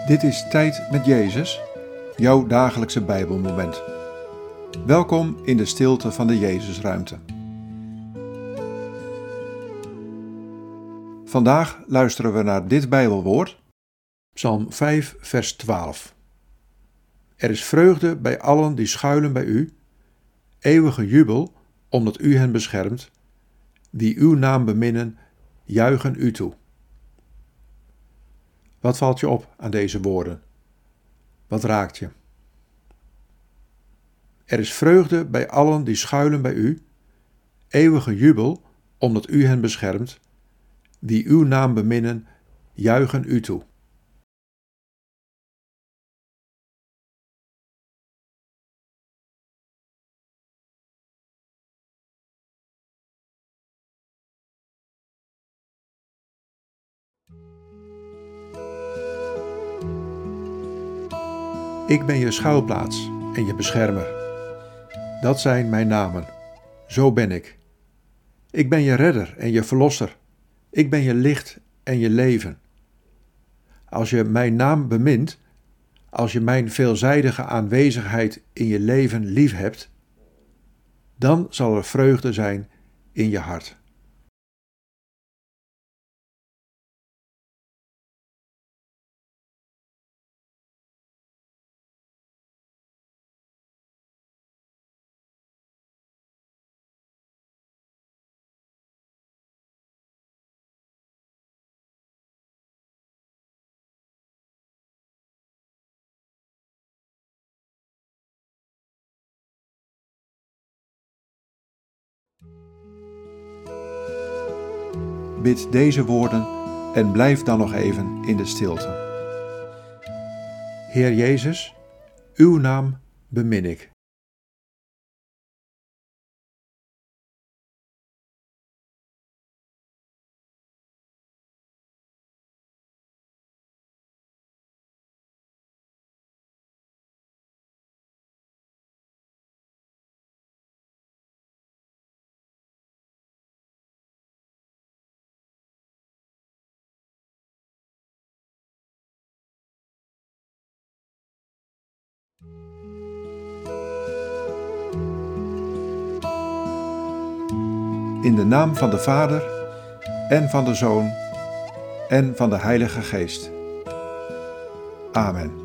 Dit is Tijd met Jezus, jouw dagelijkse Bijbelmoment. Welkom in de stilte van de Jezusruimte. Vandaag luisteren we naar dit Bijbelwoord, Psalm 5, vers 12. Er is vreugde bij allen die schuilen bij u, eeuwige jubel, omdat u hen beschermt, die uw naam beminnen, juichen u toe. Wat valt je op aan deze woorden? Wat raakt je? Er is vreugde bij allen die schuilen bij u, eeuwige jubel, omdat u hen beschermt, die uw naam beminnen, juichen u toe. Ik ben je schuilplaats en je beschermer. Dat zijn mijn namen. Zo ben ik. Ik ben je redder en je verlosser. Ik ben je licht en je leven. Als je mijn naam bemint, als je mijn veelzijdige aanwezigheid in je leven liefhebt, dan zal er vreugde zijn in je hart. Bid deze woorden en blijf dan nog even in de stilte. Heer Jezus, uw naam bemin ik. In de naam van de Vader, en van de Zoon, en van de Heilige Geest. Amen.